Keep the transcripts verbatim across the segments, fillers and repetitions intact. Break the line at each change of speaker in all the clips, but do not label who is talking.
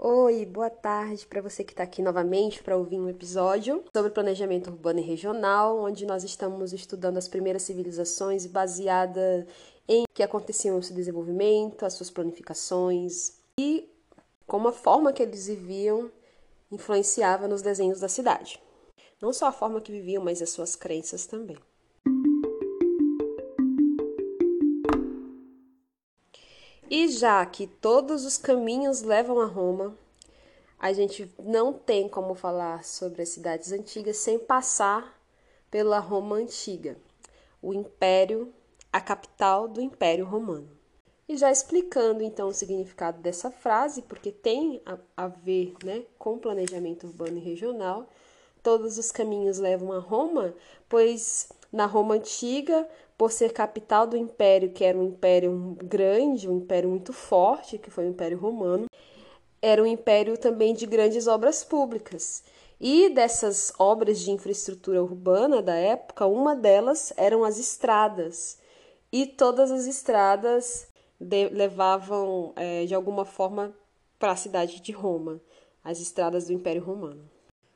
Oi, boa tarde para você que está aqui novamente para ouvir um episódio sobre planejamento urbano e regional, onde nós estamos estudando as primeiras civilizações baseada em o que acontecia no seu desenvolvimento, as suas planificações e como a forma que eles viviam influenciava nos desenhos da cidade. Não só a forma que viviam, mas as suas crenças também. E já que todos os caminhos levam a Roma, a gente não tem como falar sobre as cidades antigas sem passar pela Roma Antiga, o Império, a capital do Império Romano. E já explicando então o significado dessa frase, porque tem a, a ver, né, com planejamento urbano e regional, todos os caminhos levam a Roma, pois na Roma Antiga, por ser capital do império, que era um império grande, um império muito forte, que foi o Império Romano, era um império também de grandes obras públicas. E dessas obras de infraestrutura urbana da época, uma delas eram as estradas. E todas as estradas de, levavam, é, de alguma forma, para a cidade de Roma, as estradas do Império Romano.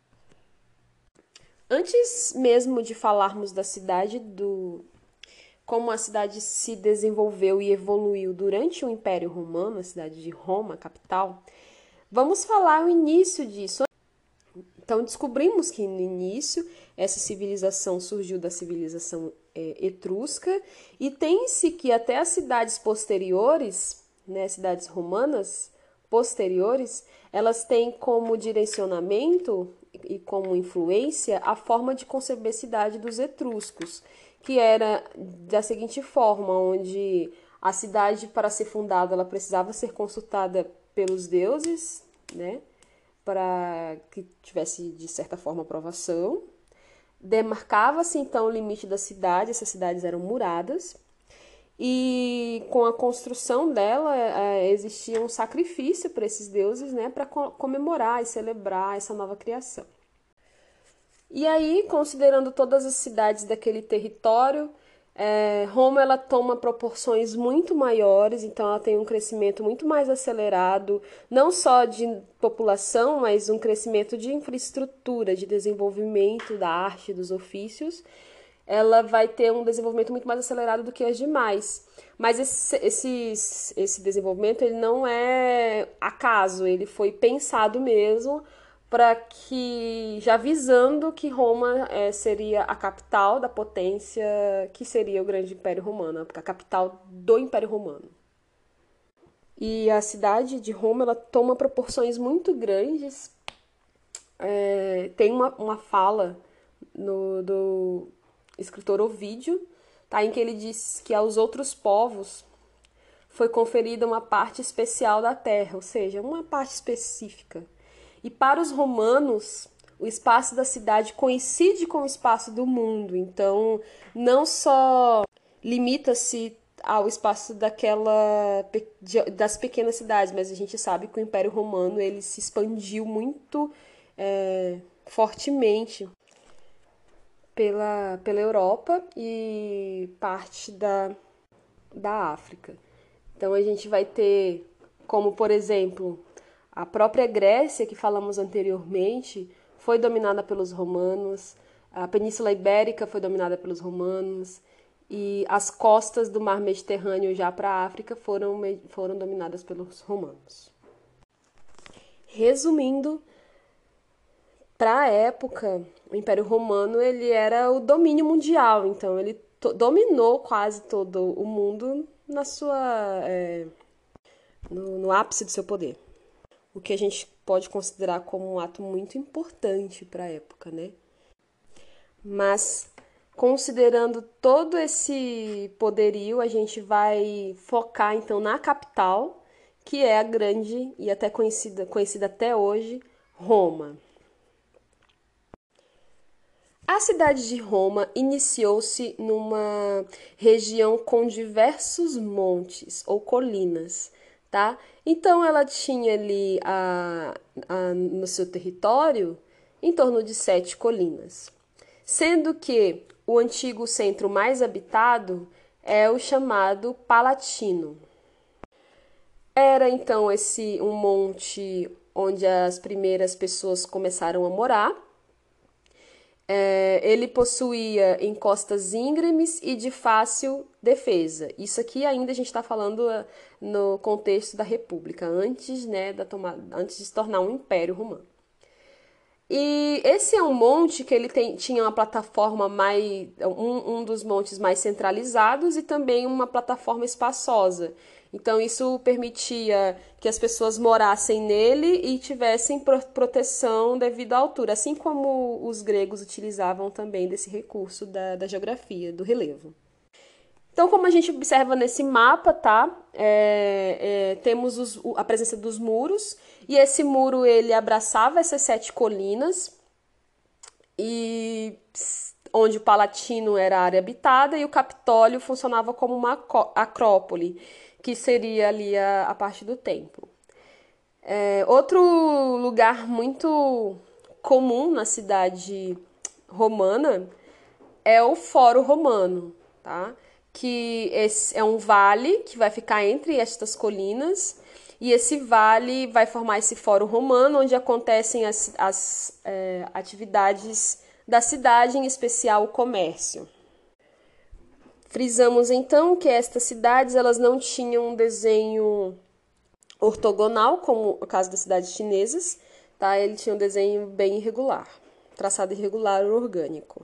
Antes mesmo de falarmos da cidade, do como a cidade se desenvolveu e evoluiu durante o Império Romano, a cidade de Roma, a capital, vamos falar o início disso. Então, descobrimos que no início essa civilização surgiu da civilização é, etrusca e tem-se que até as cidades posteriores, né, cidades romanas posteriores, elas têm como direcionamento e como influência a forma de conceber cidade dos etruscos, que era da seguinte forma, onde a cidade, para ser fundada, ela precisava ser consultada pelos deuses, né, para que tivesse, de certa forma, aprovação. Demarcava-se, então, o limite da cidade, essas cidades eram muradas, e com a construção dela é, existia um sacrifício para esses deuses, né, para comemorar e celebrar essa nova criação. E aí, considerando todas as cidades daquele território, é, Roma ela toma proporções muito maiores, então ela tem um crescimento muito mais acelerado, não só de população, mas um crescimento de infraestrutura, de desenvolvimento da arte, dos ofícios. Ela vai ter um desenvolvimento muito mais acelerado do que as demais. Mas esse, esse, esse desenvolvimento ele não é acaso, ele foi pensado mesmo para que, já visando que Roma é, seria a capital da potência que seria o grande Império Romano, a capital do Império Romano. E a cidade de Roma ela toma proporções muito grandes. É, tem uma, uma fala no, do escritor Ovídio, tá, em que ele diz que aos outros povos foi conferida uma parte especial da terra, ou seja, uma parte específica. E para os romanos, o espaço da cidade coincide com o espaço do mundo. Então, não só limita-se ao espaço daquela das pequenas cidades, mas a gente sabe que o Império Romano ele se expandiu muito é, fortemente pela, pela Europa e parte da, da África. Então, a gente vai ter, como por exemplo, a própria Grécia, que falamos anteriormente, foi dominada pelos romanos, a Península Ibérica foi dominada pelos romanos, e as costas do Mar Mediterrâneo já para a África foram, foram dominadas pelos romanos. Resumindo, para a época, o Império Romano ele era o domínio mundial, então ele dominou quase todo o mundo na sua, é, no, no ápice do seu poder. O que a gente pode considerar como um ato muito importante para a época, né? Mas, considerando todo esse poderio, a gente vai focar, então, na capital, que é a grande e até conhecida, conhecida até hoje, Roma. A cidade de Roma iniciou-se numa região com diversos montes ou colinas, tá? Então ela tinha ali a, a, no seu território em torno de sete colinas, sendo que o antigo centro mais habitado é o chamado Palatino. Era então esse um monte onde as primeiras pessoas começaram a morar. É, ele possuía encostas íngremes e de fácil defesa. Isso aqui ainda a gente está falando no contexto da República, antes, né, da tomada, antes de se tornar um Império Romano. E esse é um monte que ele tem, tinha uma plataforma mais, um, um dos montes mais centralizados e também uma plataforma espaçosa. Então isso permitia que as pessoas morassem nele e tivessem pro, proteção devido à altura, assim como os gregos utilizavam também desse recurso da, da geografia, do relevo. Então, como a gente observa nesse mapa, tá? É, é, temos os, a presença dos muros, e esse muro ele abraçava essas sete colinas, e onde o Palatino era a área habitada e o Capitólio funcionava como uma acrópole, que seria ali a, a parte do templo. É, outro lugar muito comum na cidade romana é o Fórum Romano, tá? Que esse é um vale que vai ficar entre estas colinas, e esse vale vai formar esse Fórum Romano, onde acontecem as, as é, atividades da cidade, em especial o comércio. Frisamos então que estas cidades elas não tinham um desenho ortogonal, como o caso das cidades chinesas, tá? Ele tinha um desenho bem irregular, traçado irregular orgânico.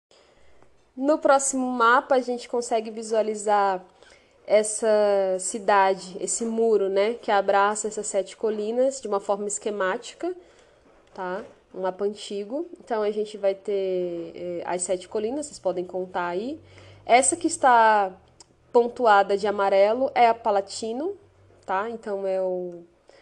No próximo mapa, a gente consegue visualizar essa cidade, esse muro, né, que abraça essas sete colinas de uma forma esquemática, tá? Um mapa antigo. Então, a gente vai ter eh, as sete colinas, vocês podem contar aí. Essa que está pontuada de amarelo é a Palatino, tá? Então, é o,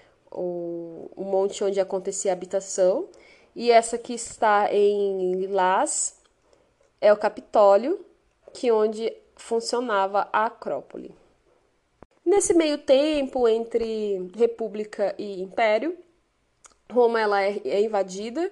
o, o monte onde acontecia a habitação. E essa que está em lilás é o Capitólio, que onde funcionava a Acrópole. Nesse meio tempo, entre República e Império, Roma ela é, é invadida,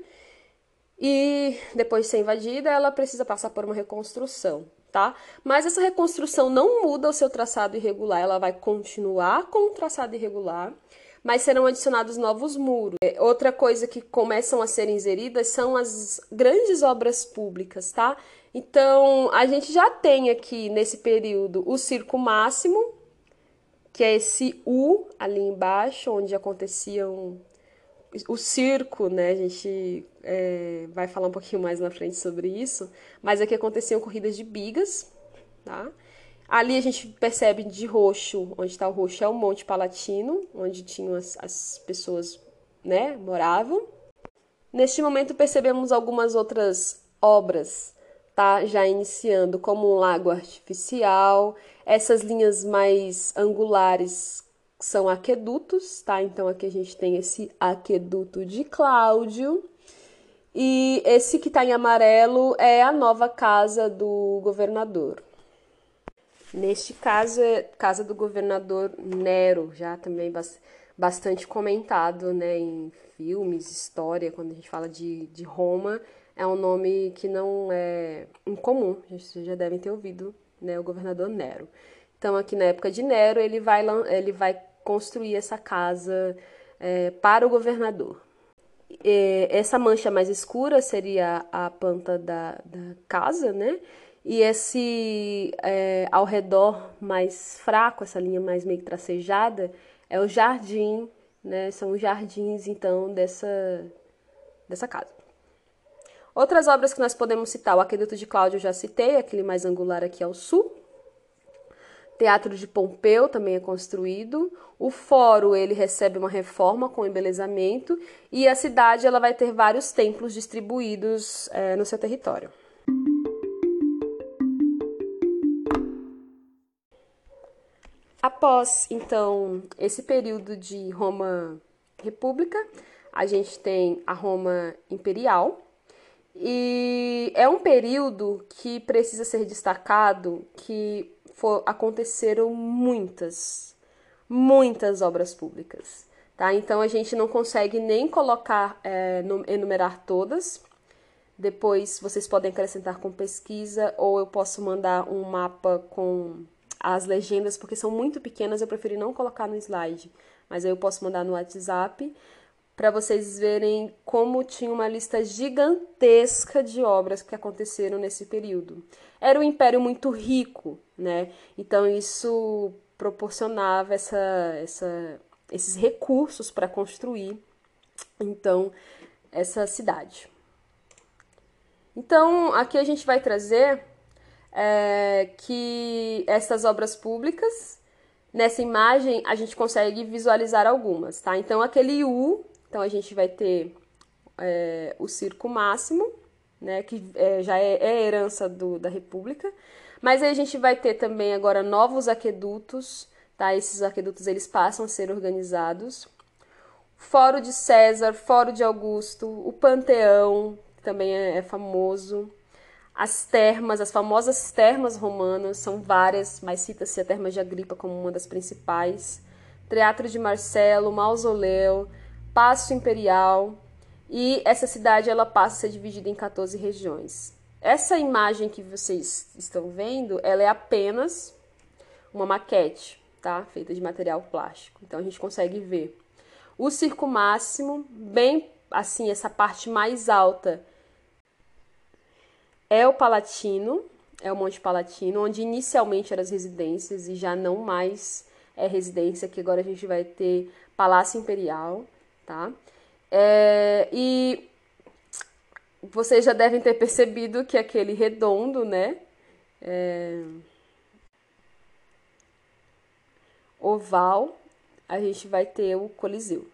e depois de ser invadida, ela precisa passar por uma reconstrução, tá? Mas essa reconstrução não muda o seu traçado irregular, ela vai continuar com o traçado irregular, mas serão adicionados novos muros. Outra coisa que começam a ser inseridas são as grandes obras públicas, tá? Então, a gente já tem aqui, nesse período, o Circo Máximo, que é esse U ali embaixo, onde aconteciam o circo, né? A gente é, vai falar um pouquinho mais na frente sobre isso, mas aqui aconteciam corridas de bigas, tá? Ali a gente percebe de roxo, onde está o roxo é o Monte Palatino, onde tinham as, as pessoas, né, moravam. Neste momento percebemos algumas outras obras, tá, já iniciando, como um lago artificial. Essas linhas mais angulares são aquedutos, tá? Então aqui a gente tem esse aqueduto de Cláudio. E esse que está em amarelo é a nova casa do governador. Neste caso, é casa do governador Nero, já também bastante comentado, né, em filmes, história, quando a gente fala de, de Roma, é um nome que não é incomum, vocês já devem ter ouvido, né, o governador Nero. Então, aqui na época de Nero, ele vai, ele vai construir essa casa é, para o governador. E essa mancha mais escura seria a planta da, da casa, né? E esse é, ao redor mais fraco, essa linha mais meio tracejada, é o jardim, né? São os jardins, então, dessa, dessa casa. Outras obras que nós podemos citar, o Aqueduto de Cláudio eu já citei, aquele mais angular aqui ao sul. Teatro de Pompeu também é construído. O fórum ele recebe uma reforma com embelezamento e a cidade ela vai ter vários templos distribuídos é, no seu território. Após, então, esse período de Roma República, a gente tem a Roma Imperial, e é um período que precisa ser destacado que for, aconteceram muitas, muitas obras públicas, tá? Então, a gente não consegue nem colocar, é, enumerar todas. Depois, vocês podem acrescentar com pesquisa, ou eu posso mandar um mapa com as legendas, porque são muito pequenas, eu preferi não colocar no slide, mas aí eu posso mandar no WhatsApp, para vocês verem como tinha uma lista gigantesca de obras que aconteceram nesse período. Era um império muito rico, né? Então isso proporcionava essa, essa, esses recursos para construir, então, essa cidade. Então, aqui a gente vai trazer é, que essas obras públicas, nessa imagem a gente consegue visualizar algumas, tá? Então, aquele U, então a gente vai ter é, o Circo Máximo, né, que é, já é, é herança do, da República, mas aí a gente vai ter também agora novos aquedutos, tá? Esses aquedutos eles passam a ser organizados. Fórum de César, Fórum de Augusto, o Panteão, que também é, é famoso. As termas, as famosas termas romanas, são várias, mas cita-se a Terma de Agripa como uma das principais. Teatro de Marcelo, Mausoléu, Paço Imperial. E essa cidade ela passa a ser dividida em quatorze regiões. Essa imagem que vocês estão vendo, ela é apenas uma maquete, tá? Feita de material plástico. Então a gente consegue ver o Circo Máximo, bem assim, essa parte mais alta é o Palatino, é o Monte Palatino, onde inicialmente eram as residências e já não mais é residência, que agora a gente vai ter Palácio Imperial, tá? É, e vocês já devem ter percebido que aquele redondo, né, é, oval, a gente vai ter o Coliseu.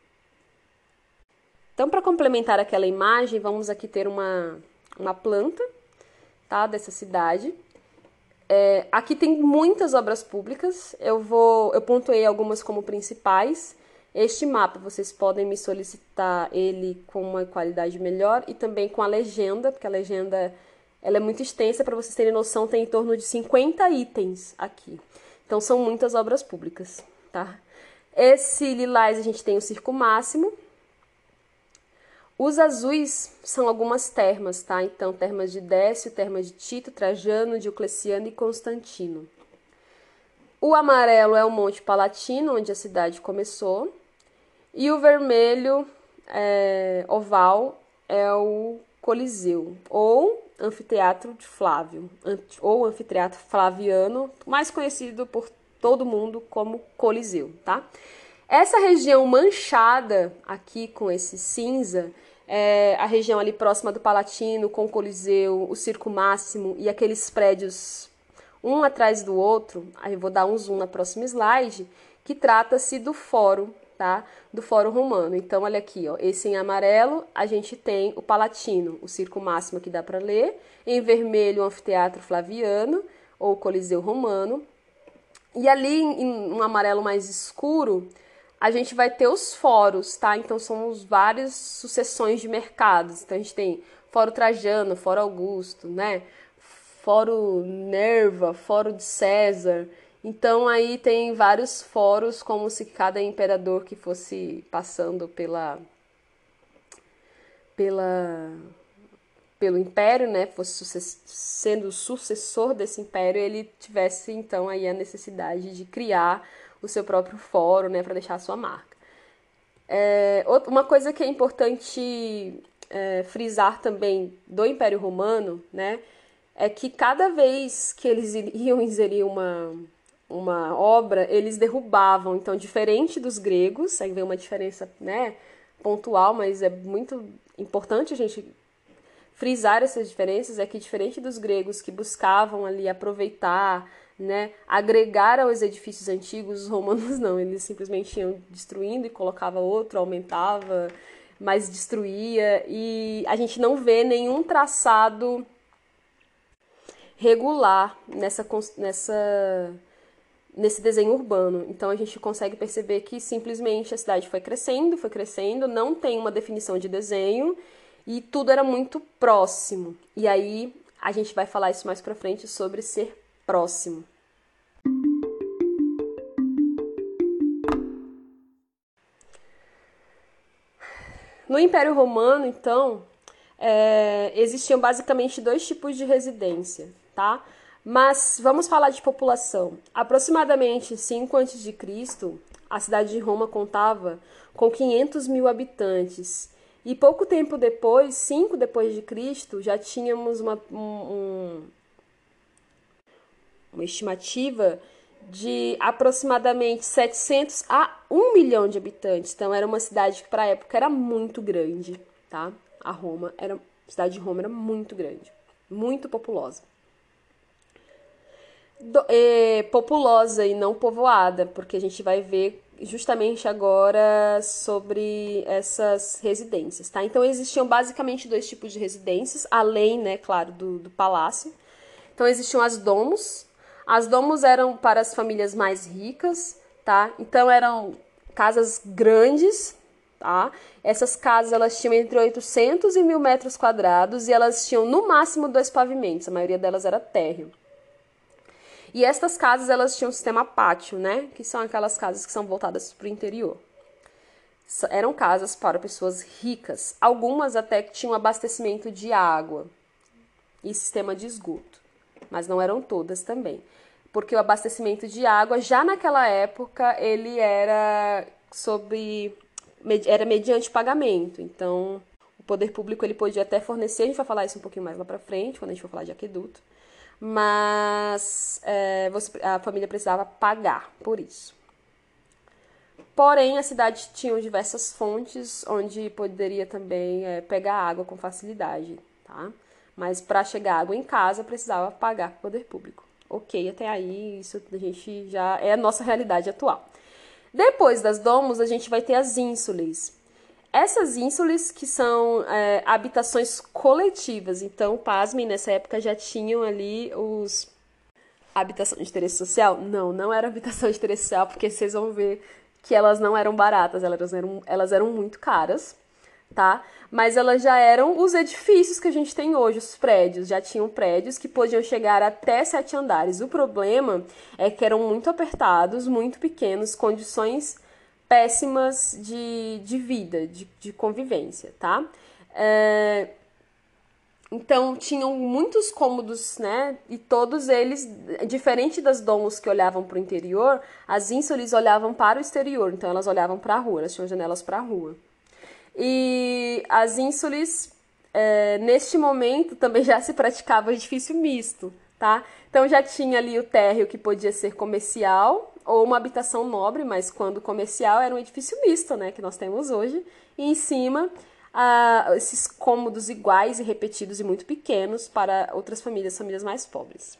Então, para complementar aquela imagem, vamos aqui ter uma, uma planta, tá, dessa cidade. É, aqui tem muitas obras públicas, eu, vou, eu pontuei algumas como principais. Este mapa, vocês podem me solicitar ele com uma qualidade melhor e também com a legenda, porque a legenda ela é muito extensa, para vocês terem noção, tem em torno de cinquenta itens aqui. Então, são muitas obras públicas, tá? Esse lilás, a gente tem o Circo Máximo. Os azuis são algumas termas, tá? Então, termas de Décio, termas de Tito, Trajano, Diocleciano e Constantino. O amarelo é o Monte Palatino, onde a cidade começou. E o vermelho é, oval é o Coliseu, ou Anfiteatro de Flávio, ou Anfiteatro Flaviano, mais conhecido por todo mundo como Coliseu, tá? Essa região manchada aqui com esse cinza é a região ali próxima do Palatino, com o Coliseu, o Circo Máximo e aqueles prédios um atrás do outro. Aí eu vou dar um zoom na próxima slide, que trata-se do Fórum, tá? Do Fórum Romano. Então, olha aqui, ó, esse em amarelo a gente tem o Palatino, o Circo Máximo que dá para ler, em vermelho o Anfiteatro Flaviano, ou Coliseu Romano, e ali em um amarelo mais escuro, a gente vai ter os fóruns, tá? Então, são os várias sucessões de mercados. Então, a gente tem Fórum Trajano, Fórum Augusto, né? Fórum Nerva, Fórum de César. Então, aí tem vários fóruns, como se cada imperador que fosse passando pela, pela, pelo império, né? Fosse sucess, sendo sucessor desse império, ele tivesse, então, aí a necessidade de criar o seu próprio fórum, né, para deixar a sua marca. É, uma coisa que é importante é, frisar também do Império Romano, né, é que cada vez que eles iam inserir uma, uma obra, eles derrubavam. Então, diferente dos gregos, aí vem uma diferença, né, pontual, mas é muito importante a gente frisar essas diferenças, é que diferente dos gregos que buscavam ali aproveitar, né, agregar aos edifícios antigos, os romanos não, eles simplesmente iam destruindo e colocava outro, aumentava, mas destruía, e a gente não vê nenhum traçado regular nessa, nessa, nesse desenho urbano. Então a gente consegue perceber que simplesmente a cidade foi crescendo, foi crescendo, não tem uma definição de desenho e tudo era muito próximo. E aí a gente vai falar isso mais pra frente sobre ser próximo. No Império Romano, então, é, existiam basicamente dois tipos de residência, tá? Mas vamos falar de população. Aproximadamente cinco antes de Cristo, A cidade de Roma contava com quinhentos mil habitantes. E pouco tempo depois, cinco depois de Cristo, já tínhamos uma, um, uma estimativa de aproximadamente setecentos a um milhão de habitantes. Então, era uma cidade que, para a época, era muito grande, tá? A Roma, era, a cidade de Roma era muito grande, muito populosa. Do, é, populosa e não povoada, porque a gente vai ver justamente agora sobre essas residências, tá? Então, existiam basicamente dois tipos de residências, além, né, claro, do, do palácio. Então, existiam as domos. As domos eram para as famílias mais ricas, tá? Então, eram casas grandes, tá? Essas casas, elas tinham entre oitocentos e mil metros quadrados e elas tinham, no máximo, dois pavimentos. A maioria delas era térreo. E estas casas, elas tinham um sistema pátio, né? Que são aquelas casas que são voltadas para o interior. Eram casas para pessoas ricas. Algumas até que tinham abastecimento de água e sistema de esgoto. Mas não eram todas também. Porque o abastecimento de água, já naquela época, ele era sobre... era mediante pagamento. Então, o poder público ele podia até fornecer, a gente vai falar isso um pouquinho mais lá para frente, quando a gente for falar de aqueduto. Mas é, você, a família precisava pagar por isso. Porém, a cidade tinha diversas fontes onde poderia também é, pegar água com facilidade, tá? Mas para chegar água em casa, precisava pagar para o poder público. Ok, até aí, isso a gente já é a nossa realidade atual. Depois das domos, a gente vai ter as ínsules. Essas ínsules que são é, habitações coletivas. Então, pasmem, nessa época já tinham ali os... Habitação de interesse social? Não, não era habitação de interesse social, porque vocês vão ver que elas não eram baratas, elas eram, elas eram muito caras, tá? Mas elas já eram os edifícios que a gente tem hoje, os prédios. Já tinham prédios que podiam chegar até sete andares. O problema é que eram muito apertados, muito pequenos, condições péssimas de, de vida, de, de convivência, tá? É, então, tinham muitos cômodos, né? E todos eles, diferente das domos que olhavam para o interior, as ínsules olhavam para o exterior. Então, elas olhavam para a rua, elas tinham janelas para a rua. E as ínsules, é, neste momento, também já se praticava o edifício misto, tá? Então, já tinha ali o térreo que podia ser comercial ou uma habitação nobre, mas quando comercial era um edifício misto, né, que nós temos hoje. E em cima, ah, esses cômodos iguais e repetidos e muito pequenos para outras famílias, famílias mais pobres.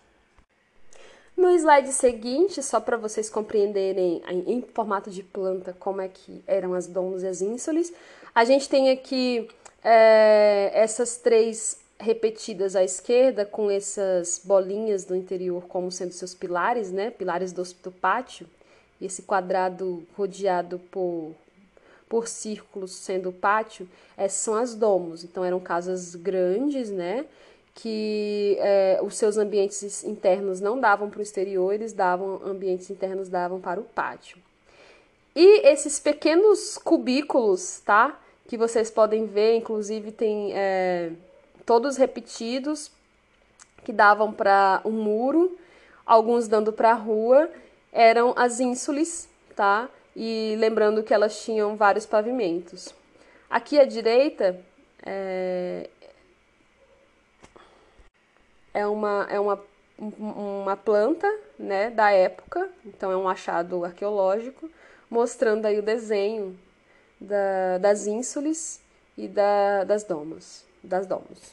No slide seguinte, só para vocês compreenderem em formato de planta como é que eram as domos e as ínsules, a gente tem aqui é, essas três repetidas à esquerda, com essas bolinhas do interior como sendo seus pilares, né? Pilares do, do pátio, e esse quadrado rodeado por, por círculos sendo o pátio, essas são as domos. Então, eram casas grandes, né? Que é, os seus ambientes internos não davam para o exterior, eles davam, ambientes internos davam para o pátio. E esses pequenos cubículos, tá? Que vocês podem ver, inclusive tem é, todos repetidos, que davam para um muro, alguns dando para a rua, eram as ínsules, tá? E lembrando que elas tinham vários pavimentos. Aqui à direita é, é, uma, é uma, uma planta, né, da época, então é um achado arqueológico, mostrando aí o desenho da, das ínsules e da, das domos, das domos.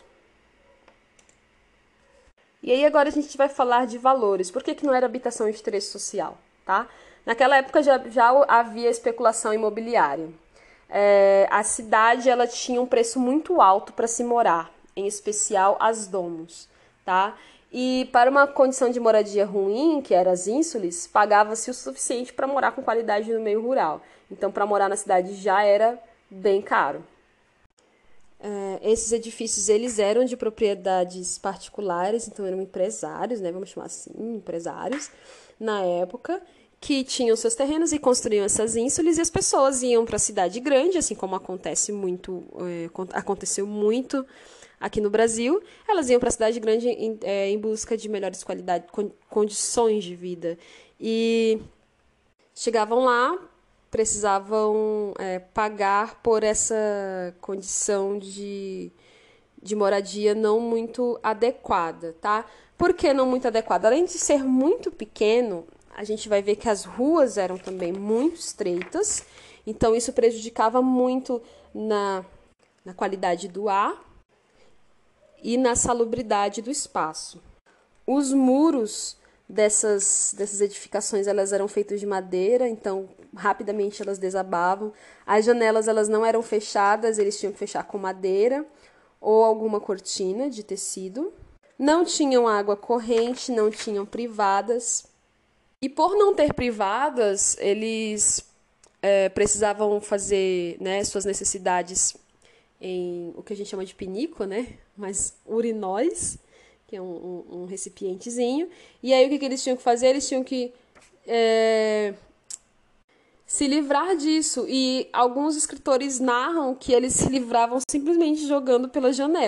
E aí agora a gente vai falar de valores. Por que que não era habitação de interesse social, tá? Naquela época já, já havia especulação imobiliária. É, a cidade ela tinha um preço muito alto para se morar, em especial as domos, tá? E para uma condição de moradia ruim, que eram as ínsules, pagava-se o suficiente para morar com qualidade no meio rural. Então, para morar na cidade já era bem caro. É, esses edifícios eles eram de propriedades particulares, então eram empresários, né, vamos chamar assim, empresários, na época, que tinham seus terrenos e construíam essas ínsules, e as pessoas iam para a cidade grande, assim como acontece muito, é, aconteceu muito aqui no Brasil, elas iam para a cidade grande em, é, em busca de melhores qualidades, condições de vida. E chegavam lá, precisavam é, pagar por essa condição de, de moradia não muito adequada, tá? Por que não muito adequada? Além de ser muito pequeno, a gente vai ver que as ruas eram também muito estreitas, então isso prejudicava muito na, na qualidade do ar e na salubridade do espaço. Os muros dessas, dessas edificações elas eram feitos de madeira, então rapidamente elas desabavam. As janelas elas não eram fechadas, eles tinham que fechar com madeira ou alguma cortina de tecido. Não tinham água corrente, não tinham privadas. E por não ter privadas, eles é, precisavam fazer, né, suas necessidades em o que a gente chama de pinico, né? Mas urinóis, que é um, um, um recipientezinho. E aí o que, que eles tinham que fazer? Eles tinham que é, se livrar disso. E alguns escritores narram que eles se livravam simplesmente jogando pela janela.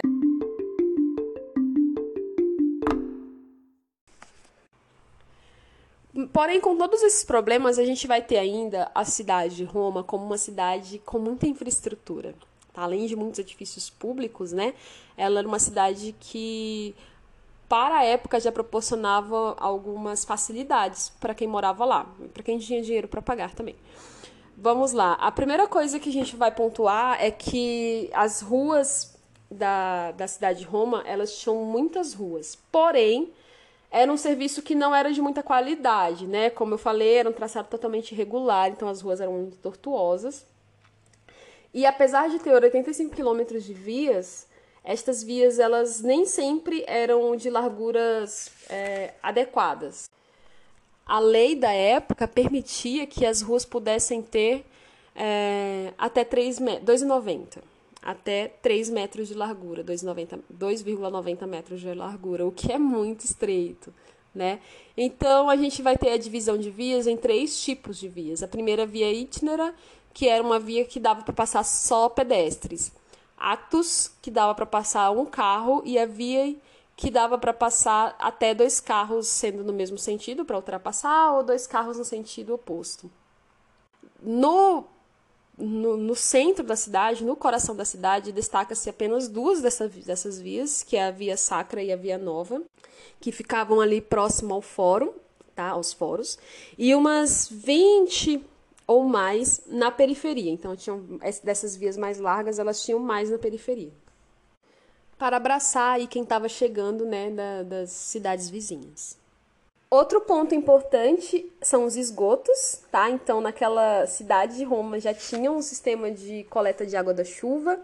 Porém, com todos esses problemas, a gente vai ter ainda a cidade de Roma como uma cidade com muita infraestrutura. Tá? Além de muitos edifícios públicos, né? Ela era uma cidade que, para a época, já proporcionava algumas facilidades para quem morava lá, para quem tinha dinheiro para pagar também. Vamos lá. A primeira coisa que a gente vai pontuar é que as ruas da, da cidade de Roma, elas tinham muitas ruas. Porém, era um serviço que não era de muita qualidade, né? Como eu falei, era um traçado totalmente irregular, então as ruas eram muito tortuosas. E apesar de ter oitenta e cinco quilômetros de vias, estas vias elas nem sempre eram de larguras é, adequadas. A lei da época permitia que as ruas pudessem ter é, até dois vírgula noventa metros. Até três metros de largura, dois vírgula noventa metros de largura, o que é muito estreito, né? Então, a gente vai ter a divisão de vias em três tipos de vias. A primeira via itinera, que era uma via que dava para passar só pedestres. Actus, que dava para passar um carro, e a via que dava para passar até dois carros, sendo no mesmo sentido, para ultrapassar, ou dois carros no sentido oposto. No No, no centro da cidade, no coração da cidade, destaca-se apenas duas dessa, dessas vias, que é a Via Sacra e a Via Nova, que ficavam ali próximo ao fórum, tá, aos fóruns, e umas vinte ou mais na periferia. Então, tinham, dessas vias mais largas, elas tinham mais na periferia, para abraçar aí quem estava chegando, né, da, das cidades vizinhas. Outro ponto importante são os esgotos, tá? Então, naquela cidade de Roma já tinha um sistema de coleta de água da chuva.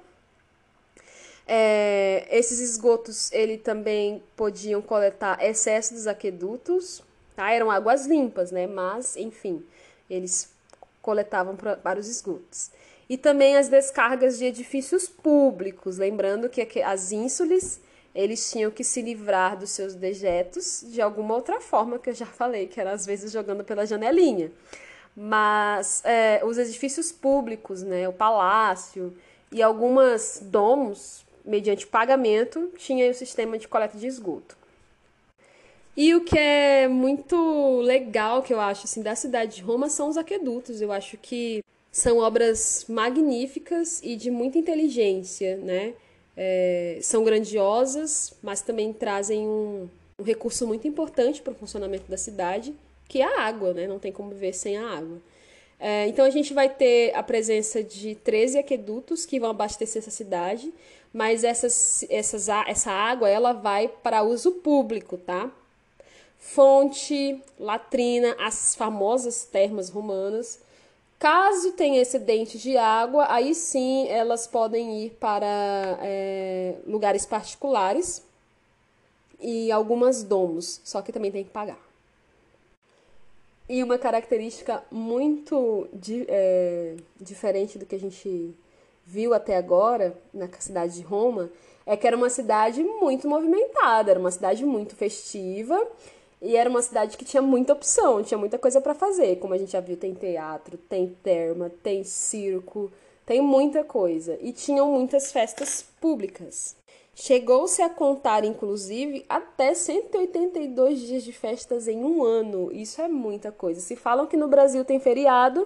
É, esses esgotos, ele também podiam coletar excesso dos aquedutos, tá? Eram águas limpas, né? Mas, enfim, eles coletavam pra, para os esgotos. E também as descargas de edifícios públicos, lembrando que as ínsules eles tinham que se livrar dos seus dejetos de alguma outra forma, que eu já falei, que era às vezes jogando pela janelinha. Mas é, os edifícios públicos, né, o palácio e algumas domos, mediante pagamento, tinham o sistema de coleta de esgoto. E o que é muito legal, que eu acho, assim, da cidade de Roma são os aquedutos. Eu acho que são obras magníficas e de muita inteligência, né? É, são grandiosas, mas também trazem um, um recurso muito importante para o funcionamento da cidade, que é a água, né? Não tem como viver sem a água. É, então, a gente vai ter a presença de treze aquedutos que vão abastecer essa cidade, mas essas, essas, essa água ela vai para uso público, tá? Fonte, latrina, as famosas termas romanas. Caso tenha excedente de água, aí sim elas podem ir para é, lugares particulares e algumas domos, só que também tem que pagar. E uma característica muito di, é, diferente do que a gente viu até agora na cidade de Roma é que era uma cidade muito movimentada, era uma cidade muito festiva. E era uma cidade que tinha muita opção, tinha muita coisa para fazer. Como a gente já viu, tem teatro, tem terma, tem circo, tem muita coisa. E tinham muitas festas públicas. Chegou-se a contar, inclusive, até cento e oitenta e dois dias de festas em um ano. Isso é muita coisa. Se falam que no Brasil tem feriado,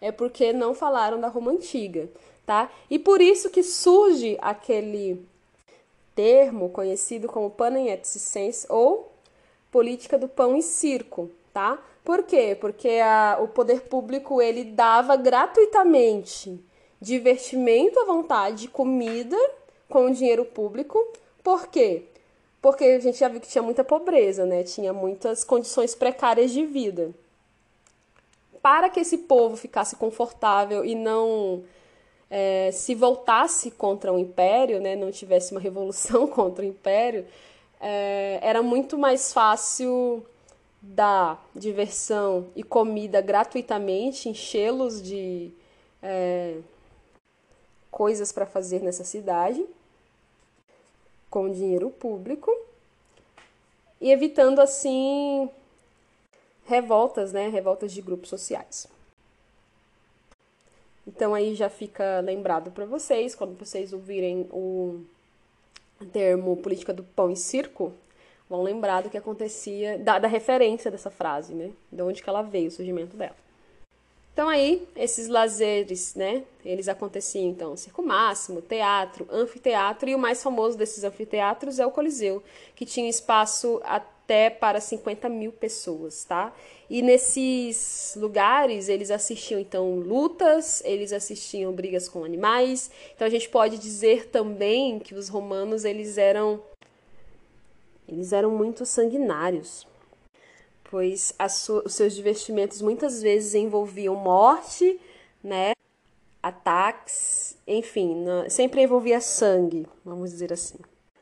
é porque não falaram da Roma Antiga, tá? E por isso que surge aquele termo conhecido como panem et circenses, ou política do pão e circo, tá? Por quê? Porque a, o poder público, ele dava gratuitamente divertimento à vontade, comida com dinheiro público. Por quê? Porque a gente já viu que tinha muita pobreza, né? Tinha muitas condições precárias de vida. Para que esse povo ficasse confortável e não é, se voltasse contra o império, né? Não tivesse uma revolução contra o império, é, era muito mais fácil dar diversão e comida gratuitamente, enchê-los de é, coisas para fazer nessa cidade, com dinheiro público, e evitando assim revoltas, né? Revoltas de grupos sociais. Então aí já fica lembrado para vocês, quando vocês ouvirem o termo política do pão e circo, vão lembrar do que acontecia, da, da referência dessa frase, né? De onde que ela veio, o surgimento dela. Então aí, esses lazeres, né? Eles aconteciam, então, circo máximo, teatro, anfiteatro, e o mais famoso desses anfiteatros é o Coliseu, que tinha espaço até para cinquenta mil pessoas, tá? E nesses lugares, eles assistiam, então, lutas, eles assistiam brigas com animais. Então, a gente pode dizer também que os romanos, eles eram Eles eram muito sanguinários, pois os seus divertimentos muitas vezes envolviam morte, né, ataques, enfim, sempre envolvia sangue, vamos dizer assim.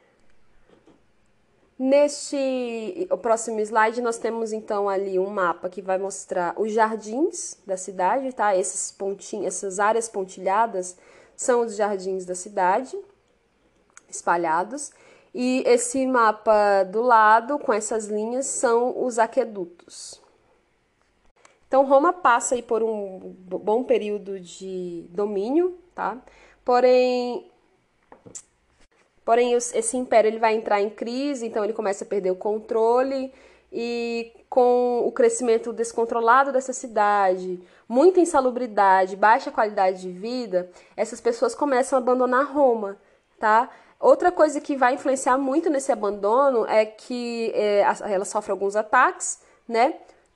Neste o próximo slide, nós temos então ali um mapa que vai mostrar os jardins da cidade, tá? Esses pontinhos, essas áreas pontilhadas são os jardins da cidade, espalhados. E esse mapa do lado, com essas linhas, são os aquedutos. Então, Roma passa aí por um bom período de domínio, tá? Porém, porém esse império ele vai entrar em crise, então ele começa a perder o controle, e com o crescimento descontrolado dessa cidade, muita insalubridade, baixa qualidade de vida, essas pessoas começam a abandonar Roma, tá? Outra coisa que vai influenciar muito nesse abandono é que é, ela sofre alguns ataques, né?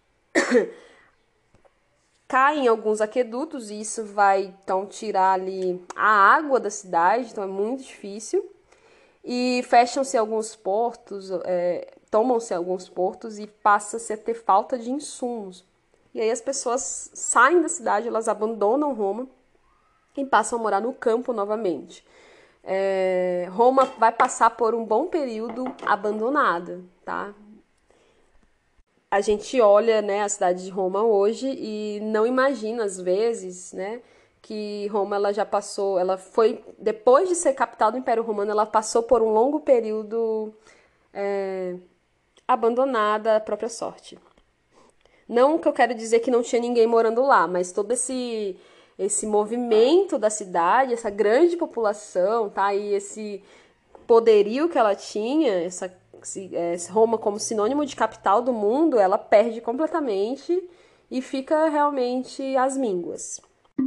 Caem alguns aquedutos e isso vai, então, tirar ali a água da cidade, então é muito difícil. E fecham-se alguns portos, é, tomam-se alguns portos e passa-se a ter falta de insumos. E aí as pessoas saem da cidade, elas abandonam Roma e passam a morar no campo novamente. É, Roma vai passar por um bom período abandonada, tá? A gente olha, né, a cidade de Roma hoje e não imagina, às vezes, né, que Roma ela já passou, ela foi, depois de ser capital do Império Romano, ela passou por um longo período é, abandonada à própria sorte. Não que eu quero dizer que não tinha ninguém morando lá, mas todo esse esse movimento da cidade, essa grande população, tá? E esse poderio que ela tinha, essa é, Roma como sinônimo de capital do mundo, ela perde completamente e fica realmente às mínguas.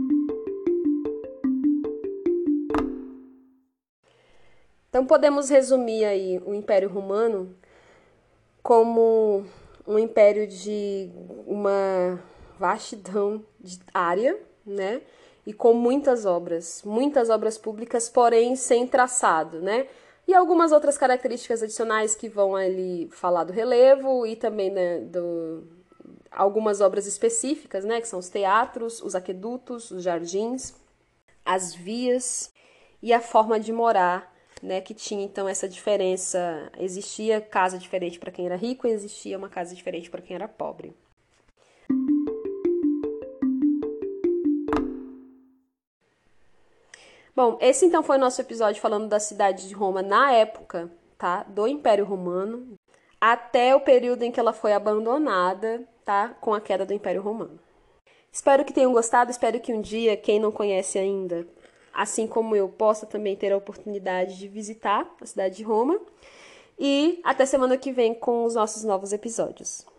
Então podemos resumir aí o Império Romano como um império de uma vastidão de área, né? E com muitas obras, muitas obras públicas, porém sem traçado, né? E algumas outras características adicionais que vão ali falar do relevo e também, né, do, algumas obras específicas, né? Que são os teatros, os aquedutos, os jardins, as vias e a forma de morar, né? Que tinha então essa diferença, existia casa diferente para quem era rico e existia uma casa diferente para quem era pobre. Bom, esse então foi o nosso episódio falando da cidade de Roma na época, tá, do Império Romano, até o período em que ela foi abandonada, tá, com a queda do Império Romano. Espero que tenham gostado, espero que um dia, quem não conhece ainda, assim como eu, possa também ter a oportunidade de visitar a cidade de Roma. E até semana que vem com os nossos novos episódios.